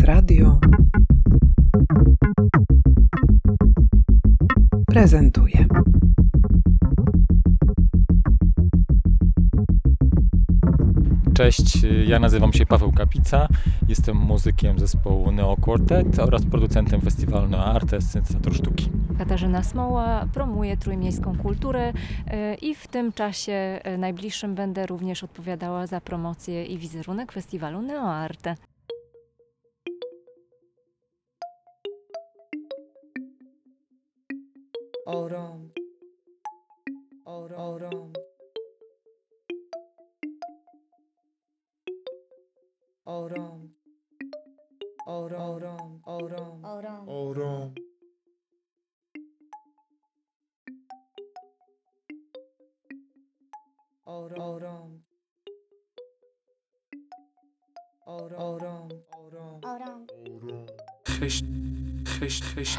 Radio prezentuje. Cześć, ja nazywam się Paweł Kapica, jestem muzykiem zespołu Neo Quartet oraz producentem festiwalu Neo Arte, syntezator sztuki. Katarzyna Smoła promuje trójmiejską kulturę i w tym czasie najbliższym będę również odpowiadała za promocję i wizerunek festiwalu Neo Arte. Oram, oram, oram, oram, oram, oram, oram. Oram, oram, oram, oram. Heş, heş, heş,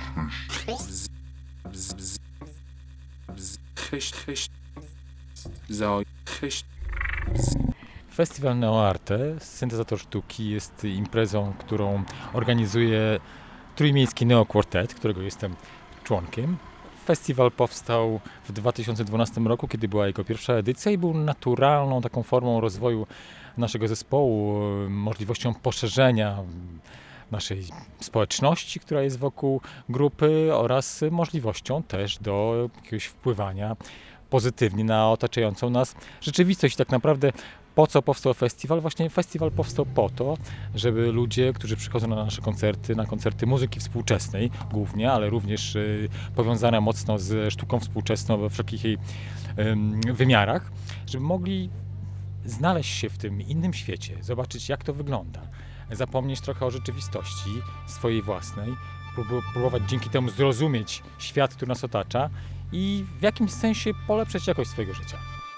heş, heş, za, heş. Festiwal Neo Arte, syntezator sztuki, jest imprezą, którą organizuje trójmiejski Neo Quartet, którego jestem członkiem. Festiwal powstał w 2012 roku, kiedy była jego pierwsza edycja i był naturalną taką formą rozwoju naszego zespołu, możliwością poszerzenia naszej społeczności, która jest wokół grupy, oraz możliwością też do jakiegoś wpływania pozytywnie na otaczającą nas rzeczywistość. Tak naprawdę po co powstał festiwal? Właśnie festiwal powstał po to, żeby ludzie, którzy przychodzą na koncerty muzyki współczesnej głównie, ale również powiązane mocno ze sztuką współczesną we wszelkich jej wymiarach, żeby mogli znaleźć się w tym innym świecie, zobaczyć, jak to wygląda, zapomnieć trochę o rzeczywistości swojej własnej, próbować dzięki temu zrozumieć świat, który nas otacza i w jakimś sensie polepszyć jakość swojego życia.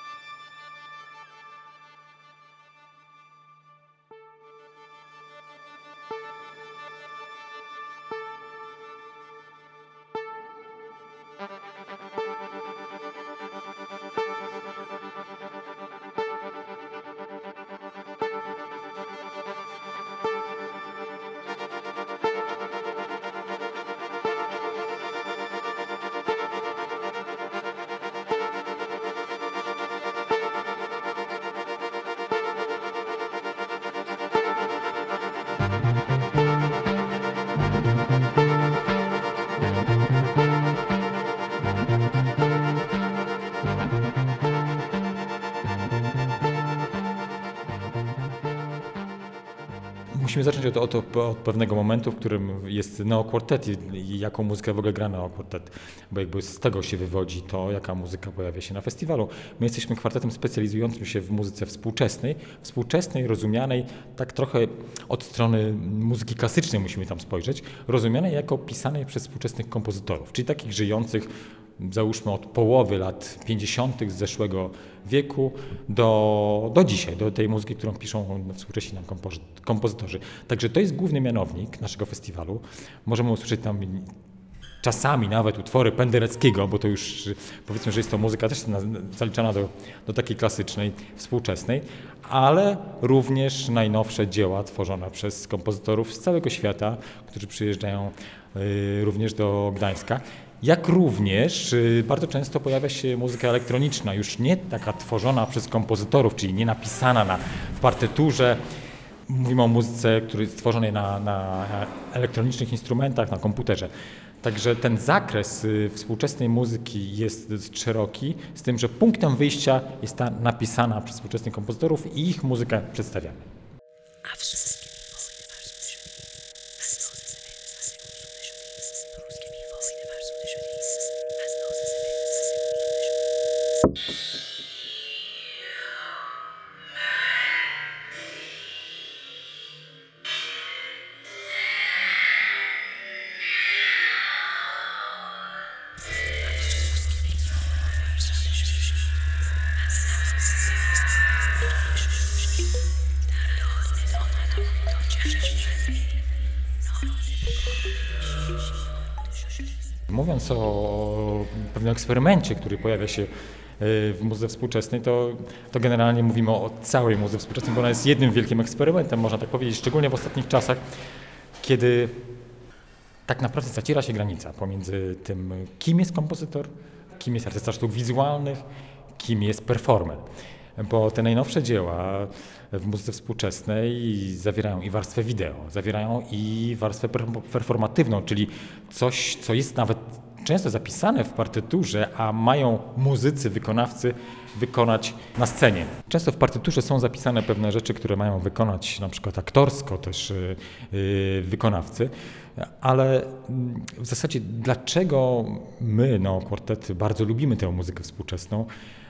Musimy zacząć od pewnego momentu, w którym jest Neo Quartet i jaką muzykę w ogóle gra Neo Quartet, bo jakby z tego się wywodzi to, jaka muzyka pojawia się na festiwalu. My jesteśmy kwartetem specjalizującym się w muzyce współczesnej, rozumianej tak trochę od strony muzyki klasycznej musimy tam spojrzeć, rozumianej jako pisanej przez współczesnych kompozytorów, czyli takich żyjących, załóżmy od połowy lat 50. z zeszłego wieku do dzisiaj, do tej muzyki, którą piszą współcześni nam kompozytorzy. Także to jest główny mianownik naszego festiwalu. Możemy usłyszeć tam czasami nawet utwory Pendereckiego, bo to już powiedzmy, że jest to muzyka też zaliczana do takiej klasycznej, współczesnej, ale również najnowsze dzieła tworzone przez kompozytorów z całego świata, którzy przyjeżdżają również do Gdańska. Jak również bardzo często pojawia się muzyka elektroniczna, już nie taka tworzona przez kompozytorów, czyli nie napisana w partyturze. Mówimy o muzyce, która jest stworzonej na elektronicznych instrumentach, na komputerze. Także ten zakres współczesnej muzyki jest dosyć szeroki, z tym, że punktem wyjścia jest ta napisana przez współczesnych kompozytorów i ich muzykę przedstawiamy. Mówiąc o pewnym eksperymencie, który pojawia się w muzyce współczesnej, to generalnie mówimy o całej muzyce współczesnej, bo ona jest jednym wielkim eksperymentem, można tak powiedzieć, szczególnie w ostatnich czasach. kiedy tak naprawdę zaciera się granica pomiędzy tym, kim jest kompozytor, kim jest artysta sztuk wizualnych, kim jest performer. Bo te najnowsze dzieła w muzyce współczesnej zawierają i warstwę wideo, zawierają i warstwę performatywną, czyli coś, co jest nawet często zapisane w partyturze, a mają muzycy, wykonawcy wykonać na scenie. Często w partyturze są zapisane pewne rzeczy, które mają wykonać na przykład aktorsko też wykonawcy, ale w zasadzie dlaczego my, Neokwartet, bardzo lubimy tę muzykę współczesną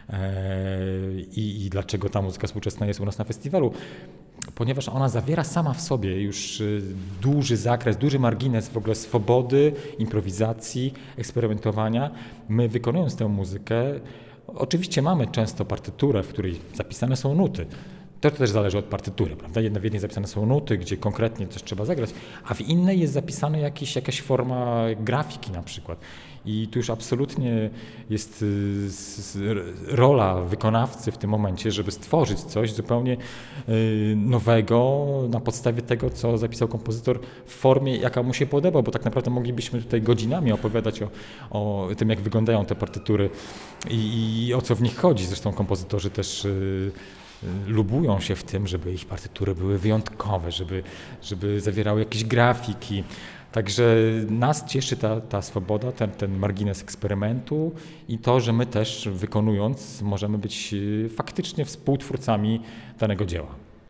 i dlaczego ta muzyka współczesna jest u nas na festiwalu? Ponieważ ona zawiera sama w sobie już duży zakres, duży margines w ogóle swobody, improwizacji, eksperymentowania. My wykonując tę muzykę, oczywiście mamy często partyturę, w której zapisane są nuty. To też zależy od partytury, prawda? W jednej zapisane są nuty, gdzie konkretnie coś trzeba zagrać, a w innej jest zapisana jakaś forma grafiki na przykład. I tu już absolutnie jest rola wykonawcy w tym momencie, żeby stworzyć coś zupełnie nowego na podstawie tego, co zapisał kompozytor w formie, jaka mu się podoba, bo tak naprawdę moglibyśmy tutaj godzinami opowiadać o tym, jak wyglądają te partytury i o co w nich chodzi. Zresztą kompozytorzy też lubują się w tym, żeby ich partytury były wyjątkowe, żeby zawierały jakieś grafiki. Także nas cieszy ta swoboda, ten margines eksperymentu i to, że my też wykonując możemy być faktycznie współtwórcami danego dzieła.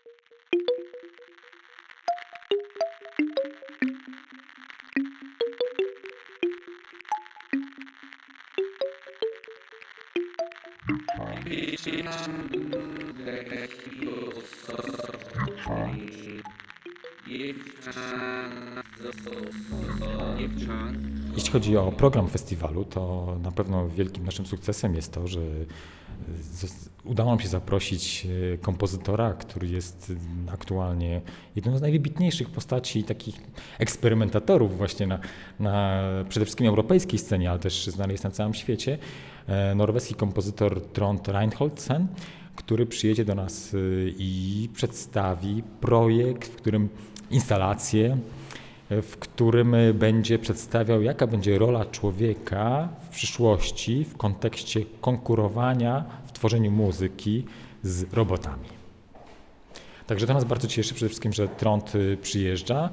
Jeśli chodzi o program festiwalu, to na pewno wielkim naszym sukcesem jest to, że udało nam się zaprosić kompozytora, który jest aktualnie jedną z najwybitniejszych postaci takich eksperymentatorów właśnie na przede wszystkim europejskiej scenie, ale też znany jest na całym świecie. Norweski kompozytor Trond Reinholdsen, który przyjedzie do nas i przedstawi projekt, w którym instalację, w którym będzie przedstawiał, jaka będzie rola człowieka w przyszłości w kontekście konkurowania w tworzeniu muzyki z robotami. Także to nas bardzo cieszy, przede wszystkim, że Trond przyjeżdża.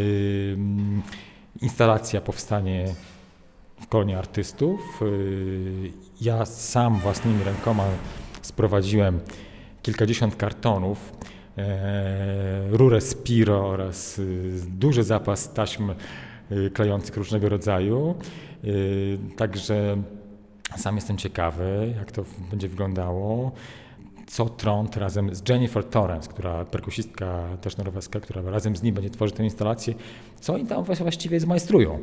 Instalacja powstanie w Kolonie Artystów. Ja sam własnymi rękoma sprowadziłem kilkadziesiąt kartonów, rurę Spiro oraz duży zapas taśm klejących różnego rodzaju. Także sam jestem ciekawy, jak to będzie wyglądało. Co Trond razem z Jennifer Torrance, perkusistka też norweska, która razem z nim będzie tworzyć tę instalację, co oni tam właściwie zmajstrują.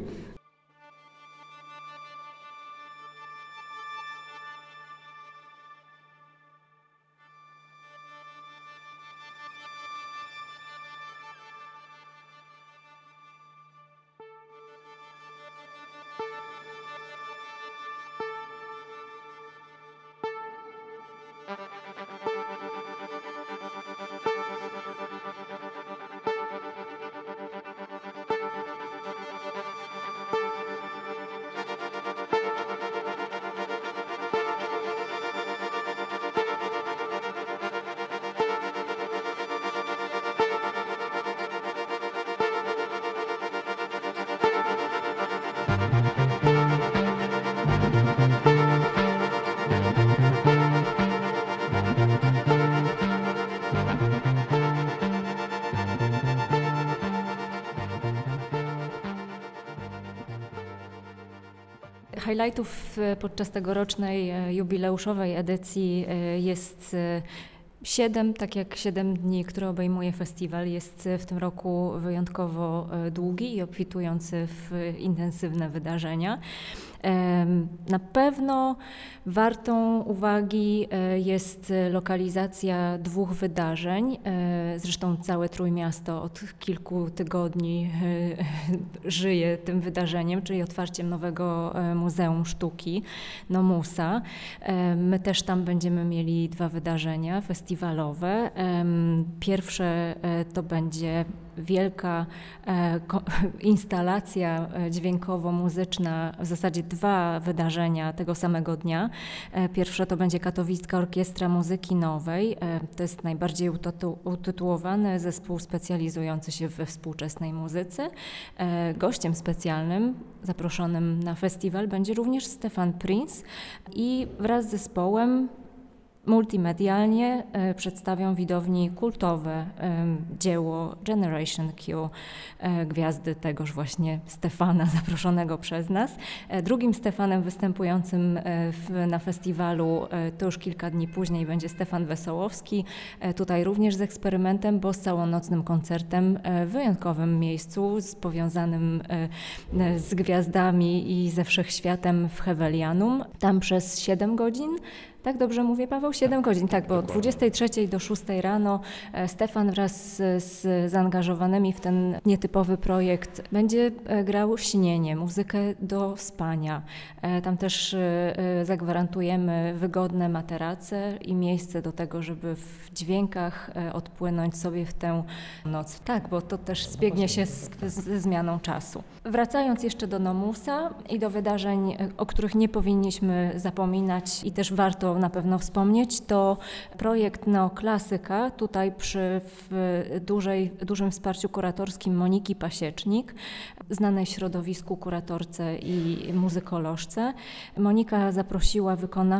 Highlightów podczas tegorocznej jubileuszowej edycji jest 7, tak jak 7 dni, które obejmuje festiwal, jest w tym roku wyjątkowo długi i obfitujący w intensywne wydarzenia. Na pewno wartą uwagi jest lokalizacja 2 wydarzeń. Zresztą całe Trójmiasto od kilku tygodni żyje tym wydarzeniem, czyli otwarciem nowego Muzeum Sztuki Nomusa. My też tam będziemy mieli 2 wydarzenia. Festiwal festiwalowe. Pierwsze to będzie wielka instalacja dźwiękowo-muzyczna, w zasadzie 2 wydarzenia tego samego dnia. Pierwsze to będzie Katowicka Orkiestra Muzyki Nowej. To jest najbardziej utytułowany zespół specjalizujący się we współczesnej muzyce. Gościem specjalnym zaproszonym na festiwal będzie również Stefan Prince i wraz z zespołem multimedialnie przedstawią widowni kultowe dzieło Generation Q, gwiazdy tegoż właśnie Stefana zaproszonego przez nas. Drugim Stefanem występującym na festiwalu to już kilka dni później będzie Stefan Wesołowski. Tutaj również z eksperymentem, bo z całonocnym koncertem w wyjątkowym miejscu, powiązanym z gwiazdami i ze wszechświatem w Hevelianum. Tam przez 7 godzin. Tak dobrze mówię, Paweł? 7 godzin, tak, bo od 23 do 6 rano Stefan wraz z zaangażowanymi w ten nietypowy projekt będzie grał śnienie, muzykę do spania. Tam też zagwarantujemy wygodne materace i miejsce do tego, żeby w dźwiękach odpłynąć sobie w tę noc. Tak, bo to też zbiegnie się ze zmianą czasu. Wracając jeszcze do Nomusa i do wydarzeń, o których nie powinniśmy zapominać i też warto na pewno wspomnieć, to projekt Neoklasyka, tutaj przy dużym wsparciu kuratorskim Moniki Pasiecznik, znanej środowisku kuratorce i muzykolożce. Monika zaprosiła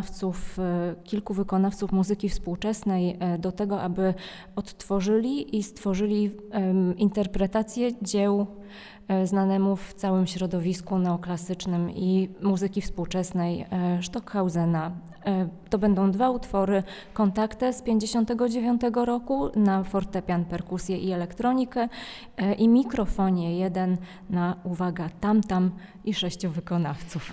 kilku wykonawców muzyki współczesnej do tego, aby odtworzyli i stworzyli interpretację dzieł znanemu w całym środowisku neoklasycznym i muzyki współczesnej Stockhausena. To będą 2 utwory Kontakte z 1959 roku na fortepian, perkusję i elektronikę i mikrofonie 1 na, uwaga, tam i 6 wykonawców.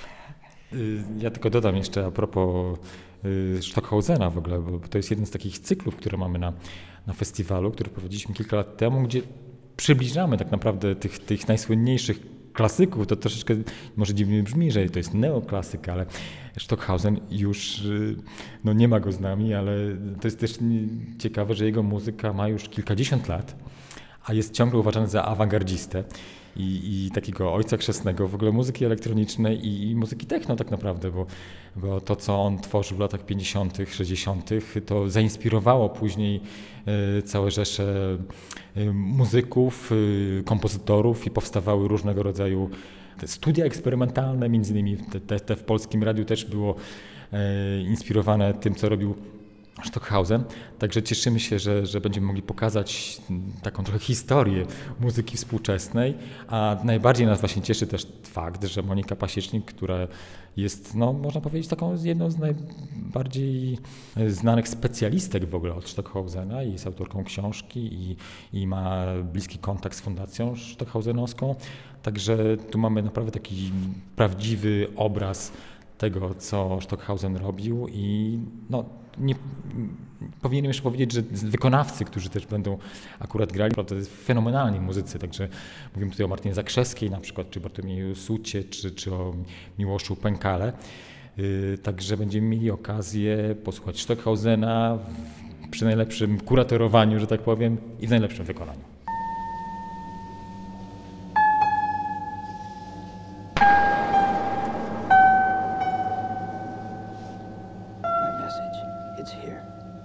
Ja tylko dodam jeszcze a propos Stockhausena w ogóle, bo to jest jeden z takich cyklów, które mamy na festiwalu, który prowadziliśmy kilka lat temu, gdzie przybliżamy tak naprawdę tych najsłynniejszych klasyków. To troszeczkę może dziwnie brzmi, że to jest neoklasyka, ale Stockhausen już nie ma go z nami, ale to jest też ciekawe, że jego muzyka ma już kilkadziesiąt lat, a jest ciągle uważany za awangardzistę i takiego ojca chrzestnego w ogóle muzyki elektronicznej i muzyki techno tak naprawdę, bo to, co on tworzył w latach 50., 60., to zainspirowało później całe rzesze muzyków, kompozytorów i powstawały różnego rodzaju studia eksperymentalne, między innymi te w Polskim Radiu też było inspirowane tym, co robił Stockhausen. Także cieszymy się, że będziemy mogli pokazać taką trochę historię muzyki współczesnej, a najbardziej nas właśnie cieszy też fakt, że Monika Pasiecznik, która jest, można powiedzieć, taką jedną z najbardziej znanych specjalistek w ogóle od Stockhausena i jest autorką książki i ma bliski kontakt z Fundacją Stockhausenowską. Także tu mamy naprawdę taki prawdziwy obraz tego, co Stockhausen robił i nie powinienem jeszcze powiedzieć, że wykonawcy, którzy też będą akurat grali, to jest fenomenalni muzycy, także mówimy tutaj o Martynie Zakrzewskiej na przykład, czy Bartłomieju Sucie, czy o Miłoszu Pękale. Także będziemy mieli okazję posłuchać Stockhausena przy najlepszym kuratorowaniu, że tak powiem, i w najlepszym wykonaniu. It's here.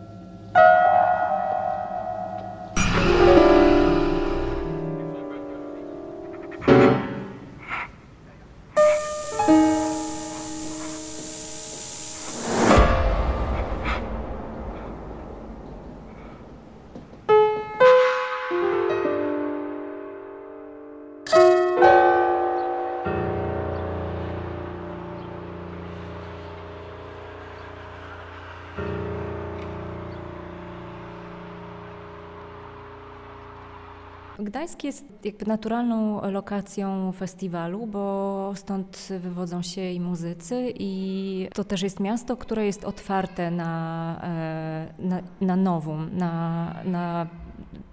Gdańsk jest jakby naturalną lokacją festiwalu, bo stąd wywodzą się i muzycy i to też jest miasto, które jest otwarte na nowum, na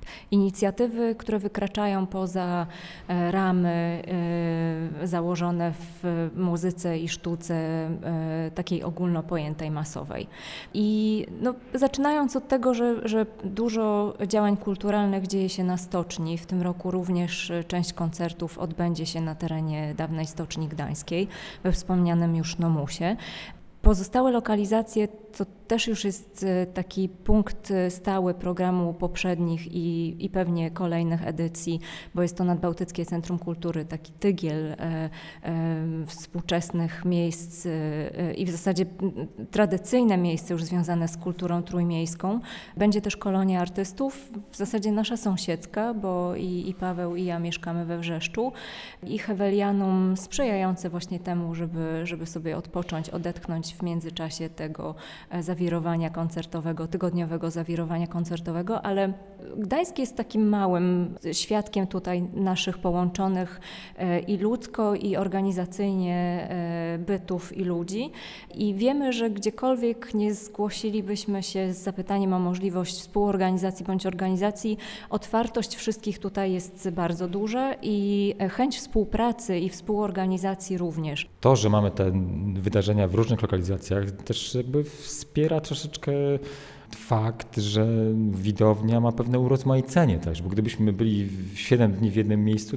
Inicjatywy, które wykraczają poza ramy założone w muzyce i sztuce takiej ogólnopojętej, masowej. I zaczynając od tego, że dużo działań kulturalnych dzieje się na Stoczni. W tym roku również część koncertów odbędzie się na terenie dawnej Stoczni Gdańskiej, we wspomnianym już Nomusie. Pozostałe lokalizacje to też już jest taki punkt stały programu poprzednich i pewnie kolejnych edycji, bo jest to Nadbałtyckie Centrum Kultury, taki tygiel współczesnych miejsc i w zasadzie tradycyjne miejsce już związane z kulturą trójmiejską. Będzie też kolonia artystów, w zasadzie nasza sąsiedzka, bo i Paweł i ja mieszkamy we Wrzeszczu i Hewelianum sprzyjające właśnie temu, żeby sobie odpocząć, odetchnąć w międzyczasie tego zawirowania koncertowego, tygodniowego zawirowania koncertowego, ale Gdańsk jest takim małym świadkiem tutaj naszych połączonych i ludzko, i organizacyjnie bytów i ludzi. I wiemy, że gdziekolwiek nie zgłosilibyśmy się z zapytaniem o możliwość współorganizacji bądź organizacji, otwartość wszystkich tutaj jest bardzo duża i chęć współpracy i współorganizacji również. To, że mamy te wydarzenia w różnych lokalizacjach, też jakby wspiera troszeczkę fakt, że widownia ma pewne urozmaicenie też, bo gdybyśmy byli 7 dni w jednym miejscu,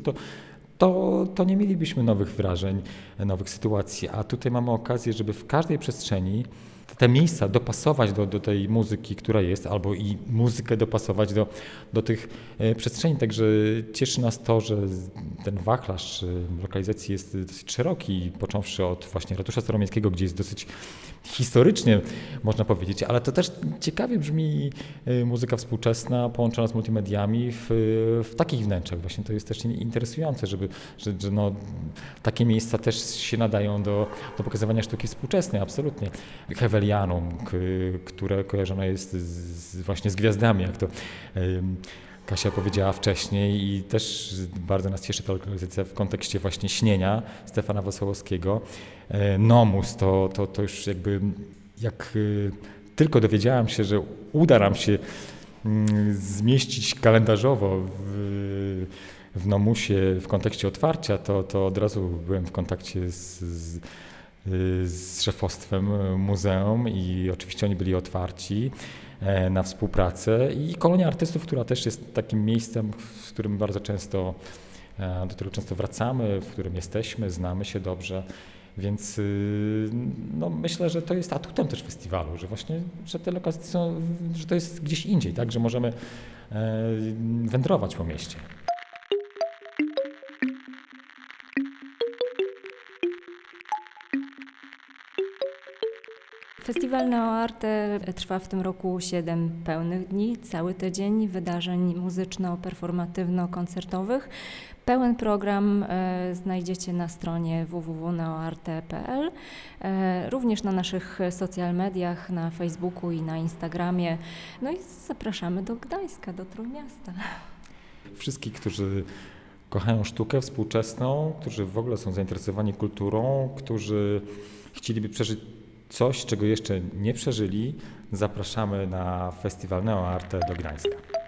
to nie mielibyśmy nowych wrażeń, nowych sytuacji, a tutaj mamy okazję, żeby w każdej przestrzeni te miejsca dopasować do tej muzyki, która jest, albo i muzykę dopasować do tych przestrzeni. Także cieszy nas to, że ten wachlarz lokalizacji jest dosyć szeroki, począwszy od właśnie ratusza staromiejskiego, gdzie jest dosyć historycznie, można powiedzieć, ale to też ciekawie brzmi muzyka współczesna połączona z multimediami w takich wnętrzach. Właśnie to jest też interesujące, że takie miejsca też się nadają do pokazywania sztuki współczesnej, absolutnie. Hewelianum, które kojarzone jest właśnie z gwiazdami, jak to Kasia powiedziała wcześniej, i też bardzo nas cieszy ta lokalizacja w kontekście właśnie Śnienia Stefana Wesołowskiego. Nomus to już jakby jak tylko dowiedziałam się, że uda nam się zmieścić kalendarzowo w Nomusie w kontekście otwarcia, to od razu byłem w kontakcie z szefostwem muzeum i oczywiście oni byli otwarci na współpracę, i kolonia artystów, która też jest takim miejscem, do którego często wracamy, w którym jesteśmy, znamy się dobrze, więc myślę, że to jest atutem też festiwalu, że właśnie, że te lokacje że to jest gdzieś indziej, tak, że możemy wędrować po mieście. Festiwal NeoArte trwa w tym roku 7 pełnych dni, cały tydzień wydarzeń muzyczno-performatywno-koncertowych. Pełen program znajdziecie na stronie www.neoarte.pl, również na naszych social mediach, na Facebooku i na Instagramie. No i zapraszamy do Gdańska, do Trójmiasta. Wszystkich, którzy kochają sztukę współczesną, którzy w ogóle są zainteresowani kulturą, którzy chcieliby przeżyć coś, czego jeszcze nie przeżyli, zapraszamy na festiwal NeoArte do Gdańska.